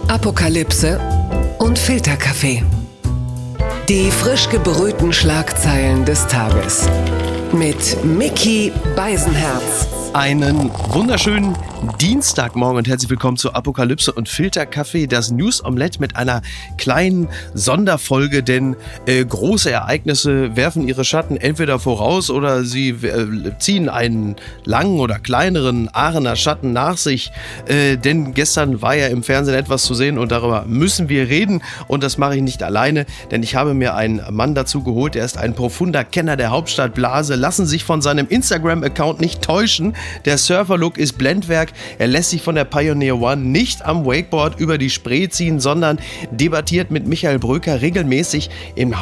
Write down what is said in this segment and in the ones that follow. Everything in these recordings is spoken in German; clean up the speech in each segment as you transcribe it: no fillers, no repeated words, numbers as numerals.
Apokalypse und Filterkaffee. Die frisch gebrühten Schlagzeilen des Tages. Mit Micky Beisenherz. Einen wunderschönen Dienstagmorgen und herzlich willkommen zu Apokalypse und Filterkaffee, das News-Omelette mit einer kleinen Sonderfolge, denn große Ereignisse werfen ihre Schatten entweder voraus oder sie ziehen einen langen oder kleineren Aachener Schatten nach sich, denn gestern war ja im Fernsehen etwas zu sehen und darüber müssen wir reden und das mache ich nicht alleine, denn ich habe mir einen Mann dazu geholt, er ist ein profunder Kenner der Hauptstadt Blase, lassen sich von seinem Instagram-Account nicht täuschen. Der Surfer-Look ist Blendwerk. Er lässt sich von der Pioneer One nicht am Wakeboard über die Spree ziehen, sondern debattiert mit Michael Bröker regelmäßig im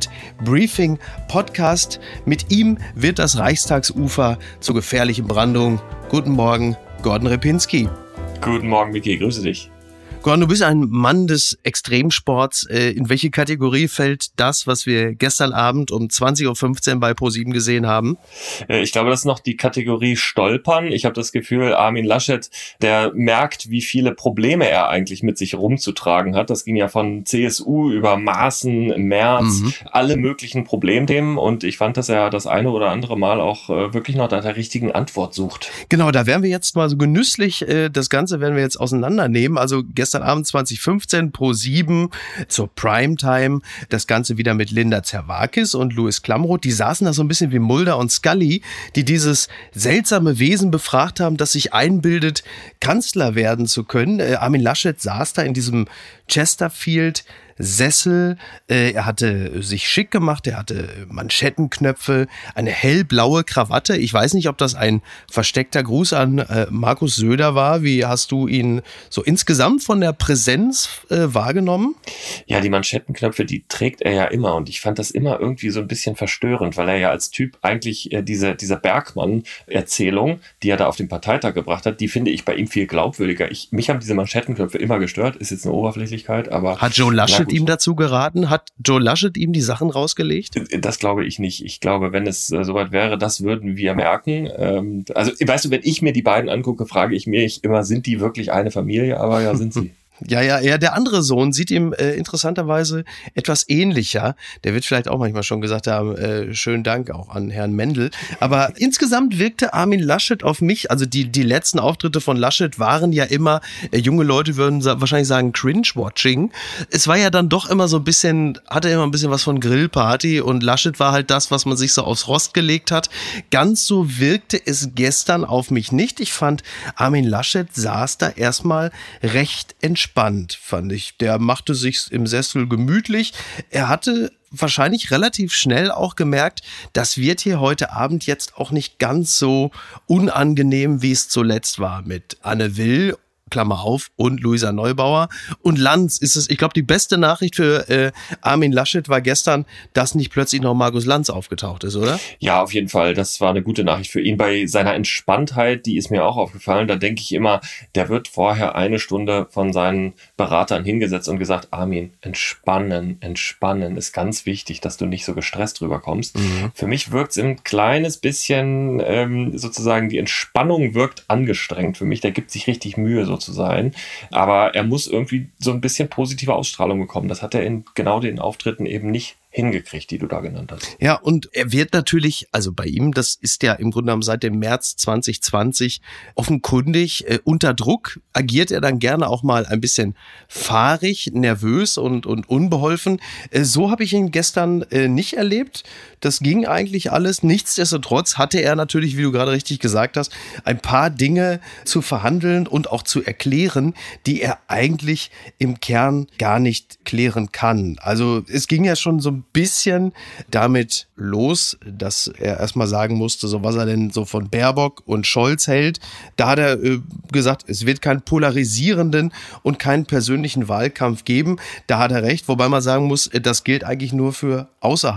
Hauptstadt-Briefing-Podcast. Mit ihm wird das Reichstagsufer zur gefährlichen Brandung. Guten Morgen, Gordon Repinski. Guten Morgen, Micky. Grüße dich. Gordon, du bist ein Mann des Extremsports. In welche Kategorie fällt das, was wir gestern Abend um 20.15 Uhr bei ProSieben gesehen haben? Ich glaube, das ist noch die Kategorie Stolpern. Ich habe das Gefühl, Armin Laschet, der merkt, wie viele Probleme er eigentlich mit sich rumzutragen hat. Das ging ja von CSU über Maaßen, Merz, alle möglichen Problemthemen. Und ich fand, dass er das eine oder andere Mal auch wirklich nach der richtigen Antwort sucht. Genau, da werden wir jetzt mal so genüsslich, das Ganze werden wir jetzt auseinandernehmen. Also gestern Abend 2015 ProSieben zur Primetime, das Ganze wieder mit Linda Zerwakis und Louis Klamroth. Die saßen da so ein bisschen wie Mulder und Scully, die dieses seltsame Wesen befragt haben, das sich einbildet, Kanzler werden zu können. Armin Laschet saß da in diesem Chesterfield Sessel, er hatte sich schick gemacht, er hatte Manschettenknöpfe, eine hellblaue Krawatte. Ich weiß nicht, ob das ein versteckter Gruß an Markus Söder war. Wie hast du ihn so insgesamt von der Präsenz wahrgenommen? Ja, die Manschettenknöpfe, die trägt er ja immer und ich fand das immer irgendwie so ein bisschen verstörend, weil er ja als Typ eigentlich diese Bergmann-Erzählung, die er da auf dem Parteitag gebracht hat, die finde ich bei ihm viel glaubwürdiger. Mich haben diese Manschettenknöpfe immer gestört, ist jetzt eine Oberflächlichkeit, aber... Hat Joe Laschet ihm dazu geraten? Hat Joe Laschet ihm die Sachen rausgelegt? Das glaube ich nicht. Ich glaube, wenn es soweit wäre, das würden wir merken. Also, weißt du, wenn ich mir die beiden angucke, frage ich mich immer, sind die wirklich eine Familie? Aber ja, sind sie. Ja, der andere Sohn sieht ihm interessanterweise etwas ähnlicher. Der wird vielleicht auch manchmal schon gesagt haben, schönen Dank auch an Herrn Mendel. Aber insgesamt wirkte Armin Laschet auf mich, also die letzten Auftritte von Laschet waren ja immer, junge Leute würden wahrscheinlich sagen Cringe-Watching. Es war ja dann doch immer so ein bisschen, hatte immer ein bisschen was von Grillparty und Laschet war halt das, was man sich so aufs Rost gelegt hat. Ganz so wirkte es gestern auf mich nicht. Ich fand, Armin Laschet saß da erstmal recht entspannt, fand ich. Der machte sich im Sessel gemütlich. Er hatte wahrscheinlich relativ schnell auch gemerkt, das wird hier heute Abend jetzt auch nicht ganz so unangenehm, wie es zuletzt war mit Anne Will, Klammer auf, und Luisa Neubauer. Und Lanz ist es, ich glaube, die beste Nachricht für Armin Laschet war gestern, dass nicht plötzlich noch Markus Lanz aufgetaucht ist, oder? Ja, auf jeden Fall. Das war eine gute Nachricht für ihn. Bei seiner Entspanntheit, die ist mir auch aufgefallen, da denke ich immer, der wird vorher eine Stunde von seinen Beratern hingesetzt und gesagt, Armin, entspannen ist ganz wichtig, dass du nicht so gestresst rüberkommst. Für mich wirkt es ein kleines bisschen, sozusagen, die Entspannung wirkt angestrengt für mich. Der gibt sich richtig Mühe, so zu sein. Aber er muss irgendwie so ein bisschen positive Ausstrahlung bekommen. Das hat er in genau den Auftritten eben nicht hingekriegt, die du da genannt hast. Ja, und er wird natürlich, also bei ihm, das ist ja im Grunde genommen seit dem März 2020 offenkundig unter Druck, agiert er dann gerne auch mal ein bisschen fahrig, nervös und unbeholfen. So habe ich ihn gestern nicht erlebt. Das ging eigentlich alles. Nichtsdestotrotz hatte er natürlich, wie du gerade richtig gesagt hast, ein paar Dinge zu verhandeln und auch zu erklären, die er eigentlich im Kern gar nicht klären kann. Also es ging ja schon so ein bisschen damit los, dass er erstmal sagen musste, so was er denn so von Baerbock und Scholz hält. Da hat er gesagt, es wird keinen polarisierenden und keinen persönlichen Wahlkampf geben. Da hat er recht, wobei man sagen muss, das gilt eigentlich nur für außerhalb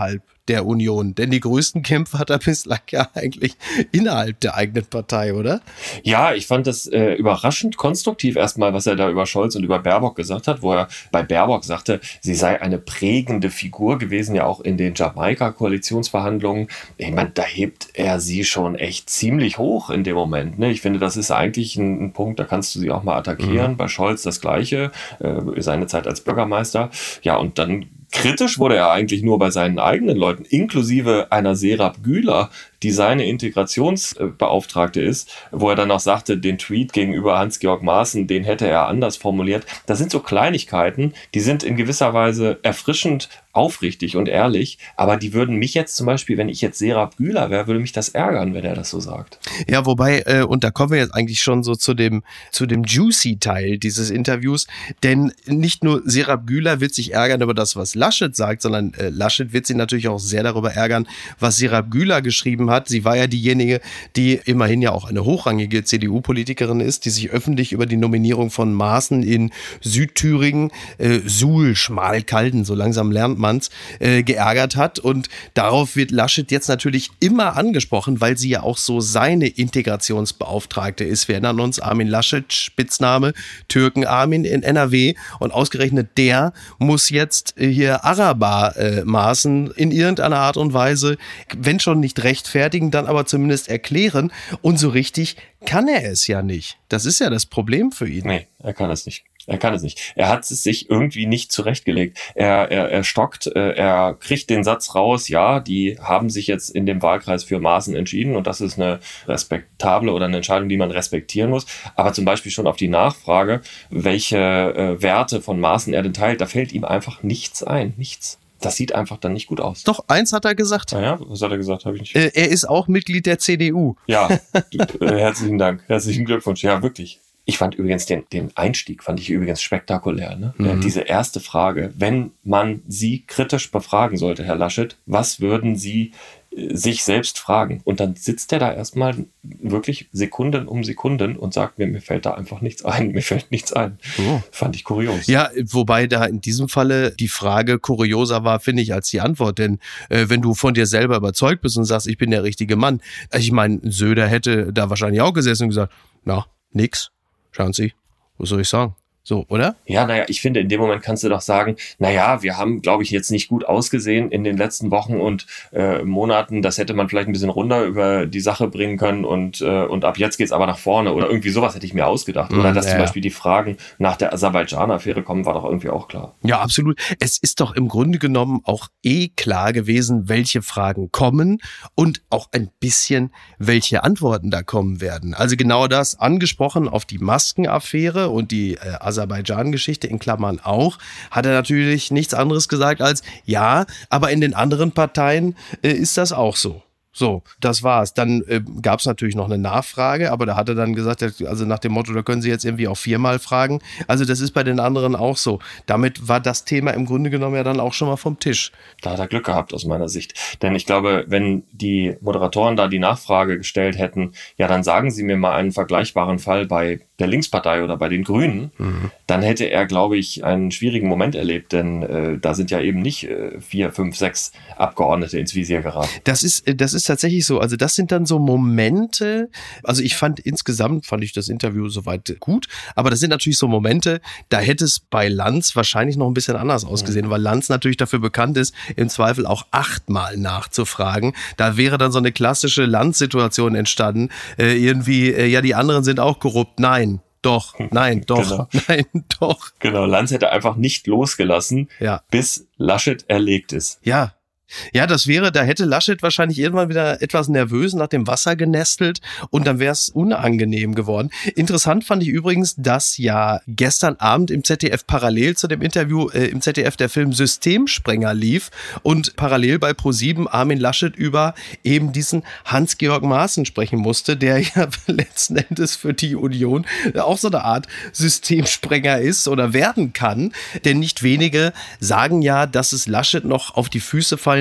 der Union? Denn die größten Kämpfe hat er bislang ja eigentlich innerhalb der eigenen Partei, oder? Ja, ich fand das überraschend konstruktiv erstmal, was er da über Scholz und über Baerbock gesagt hat, wo er bei Baerbock sagte, sie sei eine prägende Figur gewesen, ja auch in den Jamaika-Koalitionsverhandlungen. Ich meine, da hebt er sie schon echt ziemlich hoch in dem Moment. Ne? Ich finde, das ist eigentlich ein Punkt, da kannst du sie auch mal attackieren. Bei Scholz das Gleiche, seine Zeit als Bürgermeister. Ja, und dann kritisch wurde er eigentlich nur bei seinen eigenen Leuten, inklusive einer Serap Güler, die seine Integrationsbeauftragte ist, wo er dann auch sagte, den Tweet gegenüber Hans-Georg Maaßen, den hätte er anders formuliert. Das sind so Kleinigkeiten, die sind in gewisser Weise erfrischend aufrichtig und ehrlich, aber die würden mich jetzt zum Beispiel, wenn ich jetzt Serap Güler wäre, würde mich das ärgern, wenn er das so sagt. Ja, wobei, und da kommen wir jetzt eigentlich schon so zu dem juicy Teil dieses Interviews, denn nicht nur Serap Güler wird sich ärgern über das, was Laschet sagt, sondern Laschet wird sich natürlich auch sehr darüber ärgern, was Serap Güler geschrieben hat. Sie war ja diejenige, die immerhin ja auch eine hochrangige CDU-Politikerin ist, die sich öffentlich über die Nominierung von Maaßen in Südthüringen, Suhl, Schmalkalden, so langsam lernt man's, geärgert hat. Und darauf wird Laschet jetzt natürlich immer angesprochen, weil sie ja auch so seine Integrationsbeauftragte ist. Wir erinnern uns, Armin Laschet, Spitzname Türken Armin in NRW. Und ausgerechnet der muss jetzt hier Araber Maaßen in irgendeiner Art und Weise, wenn schon nicht rechtfertigen, dann aber zumindest erklären. Und so richtig kann er es ja nicht. Das ist ja das Problem für ihn. Nee, er kann es nicht. Er kann es nicht. Er hat es sich irgendwie nicht zurechtgelegt. Er stockt, er kriegt den Satz raus, ja, die haben sich jetzt in dem Wahlkreis für Maaßen entschieden und das ist eine respektable oder eine Entscheidung, die man respektieren muss. Aber zum Beispiel schon auf die Nachfrage, welche Werte von Maaßen er denn teilt, da fällt ihm einfach nichts ein. Nichts. Das sieht einfach dann nicht gut aus. Doch, eins hat er gesagt. Naja, was hat er gesagt? Habe ich nicht. Er ist auch Mitglied der CDU. Ja, herzlichen Dank. Herzlichen Glückwunsch. Ja, wirklich. Ich fand übrigens den Einstieg fand ich übrigens spektakulär. Ne? Diese erste Frage, wenn man Sie kritisch befragen sollte, Herr Laschet, was würden Sie sich selbst fragen? Und dann sitzt er da erstmal wirklich Sekunden um Sekunden und sagt mir fällt da einfach nichts ein. Mir fällt nichts ein. Oh. Fand ich kurios. Ja, wobei da in diesem Falle die Frage kurioser war, finde ich, als die Antwort. Denn wenn du von dir selber überzeugt bist und sagst, ich bin der richtige Mann. Ich meine, Söder hätte da wahrscheinlich auch gesessen und gesagt, na, nix. Schauen Sie, was soll ich sagen? So, oder? Ja, naja, ich finde, in dem Moment kannst du doch sagen, naja, wir haben, glaube ich, jetzt nicht gut ausgesehen in den letzten Wochen und Monaten. Das hätte man vielleicht ein bisschen runter über die Sache bringen können und ab jetzt geht's aber nach vorne oder irgendwie sowas hätte ich mir ausgedacht. Oder dass zum Beispiel die Fragen nach der Aserbaidschan-Affäre kommen, war doch irgendwie auch klar. Ja, absolut. Es ist doch im Grunde genommen auch klar gewesen, welche Fragen kommen und auch ein bisschen, welche Antworten da kommen werden. Also genau das angesprochen auf die Maskenaffäre und die Aserbaidschan-Geschichte in Klammern auch, hat er natürlich nichts anderes gesagt als, ja, aber in den anderen Parteien ist das auch so. So, das war's. Dann gab es natürlich noch eine Nachfrage, aber da hat er dann gesagt, also nach dem Motto, da können Sie jetzt irgendwie auch 4-mal fragen. Also das ist bei den anderen auch so. Damit war das Thema im Grunde genommen ja dann auch schon mal vom Tisch. Da hat er Glück gehabt aus meiner Sicht. Denn ich glaube, wenn die Moderatoren da die Nachfrage gestellt hätten, ja, dann sagen Sie mir mal einen vergleichbaren Fall bei der Linkspartei oder bei den Grünen, dann hätte er, glaube ich, einen schwierigen Moment erlebt, denn da sind ja eben nicht 4, 5, 6 Abgeordnete ins Visier geraten. Das ist tatsächlich so. Also das sind dann so Momente, also insgesamt fand ich das Interview soweit gut, aber das sind natürlich so Momente, da hätte es bei Lanz wahrscheinlich noch ein bisschen anders ausgesehen, weil Lanz natürlich dafür bekannt ist, im Zweifel auch 8-mal nachzufragen. Da wäre dann so eine klassische Lanz-Situation entstanden, ja, die anderen sind auch korrupt. Nein, doch, nein, doch, genau. Nein, doch. Genau, Lanz hätte einfach nicht losgelassen, bis Laschet erlegt ist. Ja. Ja, da hätte Laschet wahrscheinlich irgendwann wieder etwas nervös nach dem Wasser genestelt und dann wäre es unangenehm geworden. Interessant fand ich übrigens, dass ja gestern Abend im ZDF parallel zu dem Interview im ZDF der Film Systemsprenger lief und parallel bei ProSieben Armin Laschet über eben diesen Hans-Georg Maaßen sprechen musste, der ja letzten Endes für die Union auch so eine Art Systemsprenger ist oder werden kann. Denn nicht wenige sagen ja, dass es Laschet noch auf die Füße fallen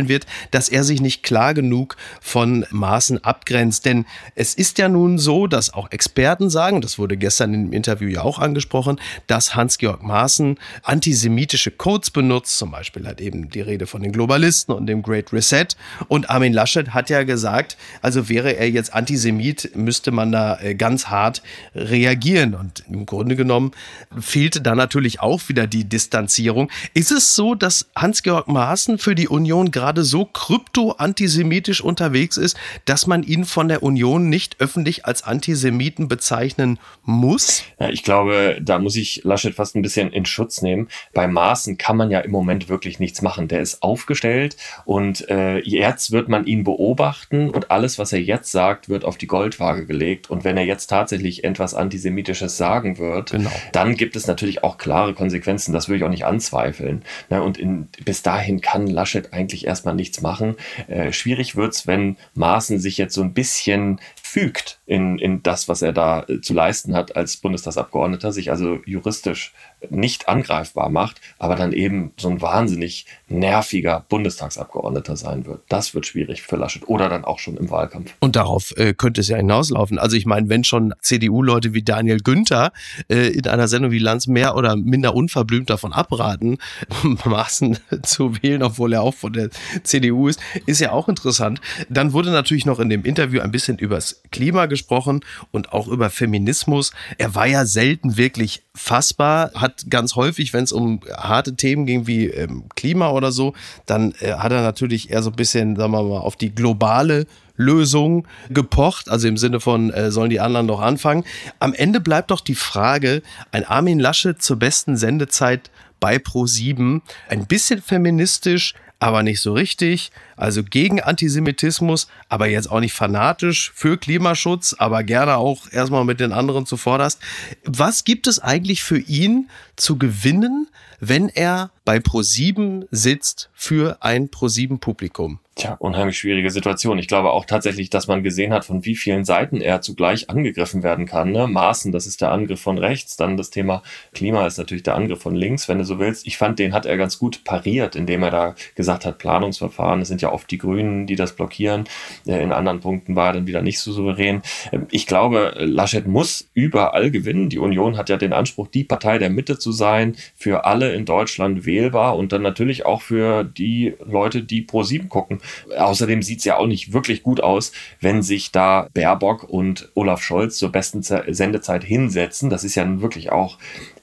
auffallen wird, dass er sich nicht klar genug von Maaßen abgrenzt. Denn es ist ja nun so, dass auch Experten sagen, das wurde gestern im Interview ja auch angesprochen, dass Hans-Georg Maaßen antisemitische Codes benutzt. Zum Beispiel hat eben die Rede von den Globalisten und dem Great Reset. Und Armin Laschet hat ja gesagt, also wäre er jetzt Antisemit, müsste man da ganz hart reagieren. Und im Grunde genommen fehlte da natürlich auch wieder die Distanzierung. Ist es so, dass Hans-Georg Maaßen für die Union gerade so krypto-antisemitisch unterwegs ist, dass man ihn von der Union nicht öffentlich als Antisemiten bezeichnen muss? Ja, ich glaube, da muss ich Laschet fast ein bisschen in Schutz nehmen. Bei Maaßen kann man ja im Moment wirklich nichts machen. Der ist aufgestellt und jetzt wird man ihn beobachten und alles, was er jetzt sagt, wird auf die Goldwaage gelegt. Und wenn er jetzt tatsächlich etwas Antisemitisches sagen wird, dann gibt es natürlich auch klare Konsequenzen. Das würde ich auch nicht anzweifeln. Und bis dahin kann Laschet eigentlich erstmal nichts machen. Schwierig wird's, wenn Maaßen sich jetzt so ein bisschen fügt in das, was er da zu leisten hat als Bundestagsabgeordneter, sich also juristisch nicht angreifbar macht, aber dann eben so ein wahnsinnig nerviger Bundestagsabgeordneter sein wird. Das wird schwierig für Laschet oder dann auch schon im Wahlkampf. Und darauf könnte es ja hinauslaufen. Also ich meine, wenn schon CDU-Leute wie Daniel Günther in einer Sendung wie Lanz mehr oder minder unverblümt davon abraten, Maaßen zu wählen, obwohl er auch von der CDU ist ja auch interessant. Dann wurde natürlich noch in dem Interview ein bisschen übers Klima gesprochen und auch über Feminismus. Er war ja selten wirklich fassbar, hat ganz häufig, wenn es um harte Themen ging wie Klima oder so, dann hat er natürlich eher so ein bisschen, sagen wir mal, auf die globale Lösung gepocht, also im Sinne von, sollen die anderen doch anfangen. Am Ende bleibt doch die Frage, ein Armin Laschet zur besten Sendezeit bei Pro7, ein bisschen feministisch, aber nicht so richtig, also gegen Antisemitismus, aber jetzt auch nicht fanatisch, für Klimaschutz, aber gerne auch erstmal mit den anderen zuvorderst. Was gibt es eigentlich für ihn zu gewinnen, wenn er bei Pro7 sitzt für ein Pro7-Publikum? Tja, unheimlich schwierige Situation. Ich glaube auch tatsächlich, dass man gesehen hat, von wie vielen Seiten er zugleich angegriffen werden kann. Ne? Maaßen, das ist der Angriff von rechts. Dann das Thema Klima ist natürlich der Angriff von links, wenn du so willst. Ich fand, den hat er ganz gut pariert, indem er da gesagt hat, Planungsverfahren, es sind ja oft die Grünen, die das blockieren. In anderen Punkten war er dann wieder nicht so souverän. Ich glaube, Laschet muss überall gewinnen. Die Union hat ja den Anspruch, die Partei der Mitte zu sein, für alle in Deutschland wählbar und dann natürlich auch für die Leute, die Pro7 gucken. Außerdem sieht es ja auch nicht wirklich gut aus, wenn sich da Baerbock und Olaf Scholz zur besten Sendezeit hinsetzen. Das ist ja nun wirklich auch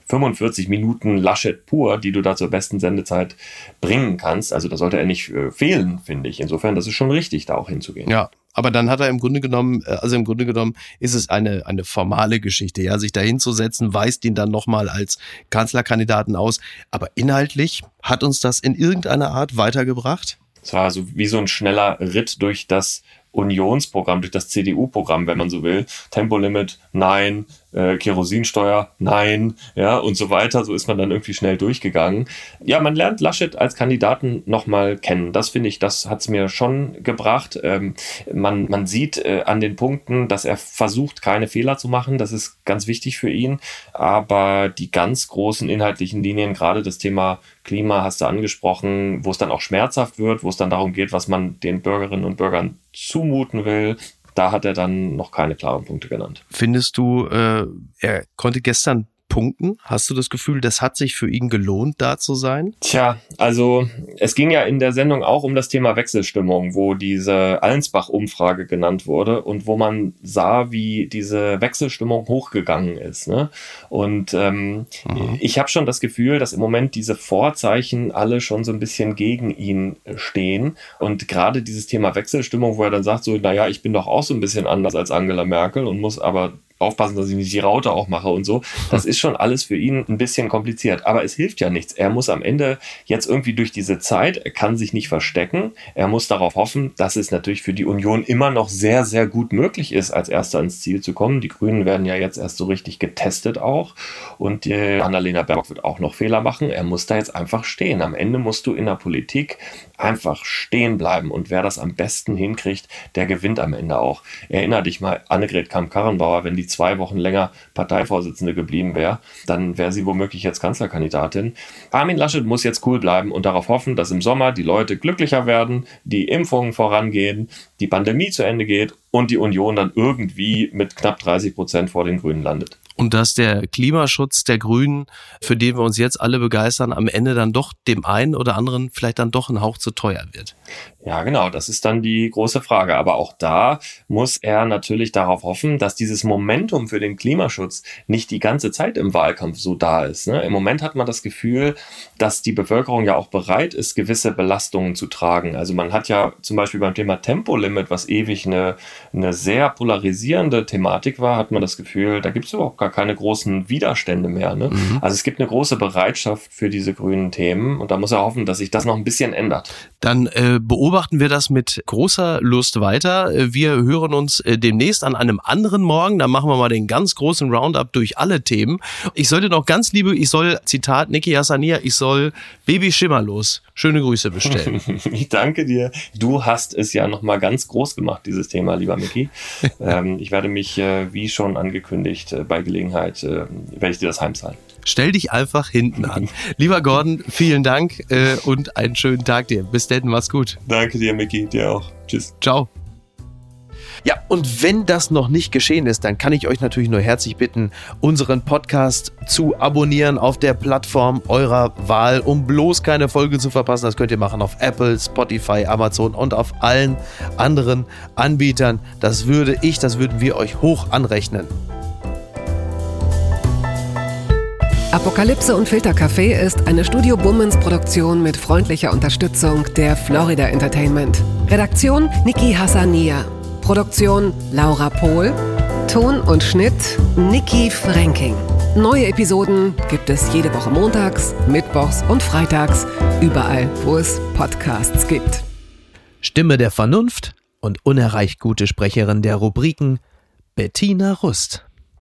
45 Minuten Laschet pur, die du da zur besten Sendezeit bringen kannst. Also da sollte er nicht fehlen, finde ich. Insofern, das ist schon richtig, da auch hinzugehen. Ja. Aber dann hat er im Grunde genommen ist es eine formale Geschichte, ja, sich da hinzusetzen, weist ihn dann nochmal als Kanzlerkandidaten aus. Aber inhaltlich hat uns das in irgendeiner Art weitergebracht? Es war so wie so ein schneller Ritt durch das Unionsprogramm, durch das CDU-Programm, wenn man so will. Tempolimit, nein. Kerosinsteuer, nein, ja, und so weiter. So ist man dann irgendwie schnell durchgegangen. Ja, man lernt Laschet als Kandidaten nochmal kennen. Das finde ich, das hat es mir schon gebracht. Man sieht an den Punkten, dass er versucht, keine Fehler zu machen. Das ist ganz wichtig für ihn. Aber die ganz großen inhaltlichen Linien, gerade das Thema Klima hast du angesprochen, wo es dann auch schmerzhaft wird, wo es dann darum geht, was man den Bürgerinnen und Bürgern zumuten will, da hat er dann noch keine klaren Punkte genannt. Findest du, er konnte gestern punkten? Hast du das Gefühl, das hat sich für ihn gelohnt, da zu sein? Tja, also es ging ja in der Sendung auch um das Thema Wechselstimmung, wo diese Allensbach-Umfrage genannt wurde und wo man sah, wie diese Wechselstimmung hochgegangen ist. Ne? Und ich habe schon das Gefühl, dass im Moment diese Vorzeichen alle schon so ein bisschen gegen ihn stehen. Und gerade dieses Thema Wechselstimmung, wo er dann sagt, so, naja, ich bin doch auch so ein bisschen anders als Angela Merkel und muss aber aufpassen, dass ich nicht die Raute auch mache und so. Das ist schon alles für ihn ein bisschen kompliziert. Aber es hilft ja nichts. Er muss am Ende jetzt irgendwie durch diese Zeit, er kann sich nicht verstecken. Er muss darauf hoffen, dass es natürlich für die Union immer noch sehr, sehr gut möglich ist, als Erster ins Ziel zu kommen. Die Grünen werden ja jetzt erst so richtig getestet auch. Und Annalena Baerbock wird auch noch Fehler machen. Er muss da jetzt einfach stehen. Am Ende musst du in der Politik einfach stehen bleiben. Und wer das am besten hinkriegt, der gewinnt am Ende auch. Erinner dich mal, Annegret Kramp-Karrenbauer, wenn die 2 Wochen länger Parteivorsitzende geblieben wäre, dann wäre sie womöglich jetzt Kanzlerkandidatin. Armin Laschet muss jetzt cool bleiben und darauf hoffen, dass im Sommer die Leute glücklicher werden, die Impfungen vorangehen, die Pandemie zu Ende geht und die Union dann irgendwie mit knapp 30% vor den Grünen landet. Und dass der Klimaschutz der Grünen, für den wir uns jetzt alle begeistern, am Ende dann doch dem einen oder anderen vielleicht dann doch ein Hauch zu teuer wird. Ja, genau, das ist dann die große Frage. Aber auch da muss er natürlich darauf hoffen, dass dieses Momentum für den Klimaschutz nicht die ganze Zeit im Wahlkampf so da ist. Ne? Im Moment hat man das Gefühl, dass die Bevölkerung ja auch bereit ist, gewisse Belastungen zu tragen. Also man hat ja zum Beispiel beim Thema Tempolimit, was ewig eine sehr polarisierende Thematik war, hat man das Gefühl, da gibt es überhaupt gar keine großen Widerstände mehr. Ne? Also es gibt eine große Bereitschaft für diese grünen Themen und da muss er hoffen, dass sich das noch ein bisschen ändert. Dann beobachten wir das mit großer Lust weiter. Wir hören uns demnächst an einem anderen Morgen. Dann machen wir mal den ganz großen Roundup durch alle Themen. Ich soll, Zitat Niki Hassania, ich soll Baby Schimmerlos schöne Grüße bestellen. Ich danke dir. Du hast es ja nochmal ganz groß gemacht, dieses Thema, lieber Micky. Ich werde mich, wie schon angekündigt, bei Gelegenheit werde ich dir das heimzahlen. Stell dich einfach hinten an. Lieber Gordon, vielen Dank und einen schönen Tag dir. Bis dann, mach's gut. Danke dir, Micky, dir auch. Tschüss. Ciao. Ja, und wenn das noch nicht geschehen ist, dann kann ich euch natürlich nur herzlich bitten, unseren Podcast zu abonnieren auf der Plattform eurer Wahl, um bloß keine Folge zu verpassen. Das könnt ihr machen auf Apple, Spotify, Amazon und auf allen anderen Anbietern. Das würden wir euch hoch anrechnen. Apokalypse und Filtercafé ist eine Studio Bummens Produktion mit freundlicher Unterstützung der Florida Entertainment. Redaktion Niki Hassania. Produktion Laura Pohl. Ton und Schnitt Niki Fränking. Neue Episoden gibt es jede Woche montags, mittwochs und freitags, überall, wo es Podcasts gibt. Stimme der Vernunft und unerreicht gute Sprecherin der Rubriken Bettina Rust.